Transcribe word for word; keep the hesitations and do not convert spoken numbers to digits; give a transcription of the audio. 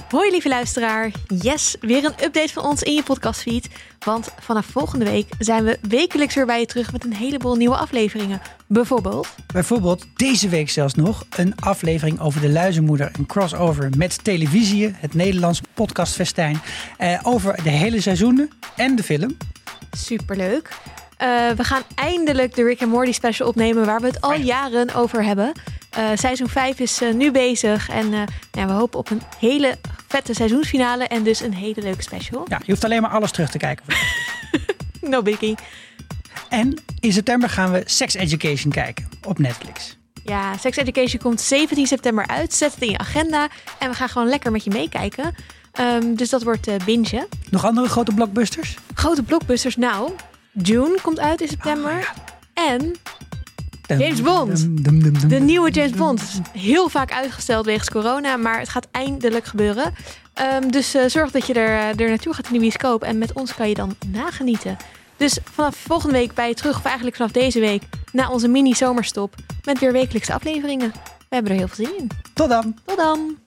Hoi lieve luisteraar. Yes, weer een update van ons in je podcastfeed. Want vanaf volgende week zijn we wekelijks weer bij je terug met een heleboel nieuwe afleveringen. Bijvoorbeeld... Bijvoorbeeld deze week zelfs nog een aflevering over de luizenmoeder. Een crossover met televisie, het Nederlands podcastfestijn. Uh, over de hele seizoenen en de film. Superleuk. Uh, we gaan eindelijk de Rick and Morty special opnemen waar we het al jaren over hebben. Uh, seizoen vijf is uh, nu bezig en uh, ja, we hopen op een hele vette seizoensfinale en dus een hele leuke special. Ja, je hoeft alleen maar alles terug te kijken. No biggie. En in september gaan we Sex Education kijken op Netflix. Ja, Sex Education komt zeventien september uit. Zet het in je agenda en we gaan gewoon lekker met je meekijken. Um, dus dat wordt uh, bingen. Nog andere grote blockbusters? Grote blockbusters, nou... Dune komt uit in september. Oh, ja. En James Bond. Dum, dum, dum, dum, de nieuwe James Bond. Heel vaak uitgesteld wegens corona, maar het gaat eindelijk gebeuren. Um, dus uh, zorg dat je er, er naartoe gaat in de bioscoop. En met ons kan je dan nagenieten. Dus vanaf volgende week bij je terug, of eigenlijk vanaf deze week, na onze mini-zomerstop. Met weer wekelijkse afleveringen. We hebben er heel veel zin in. Tot dan. Tot dan.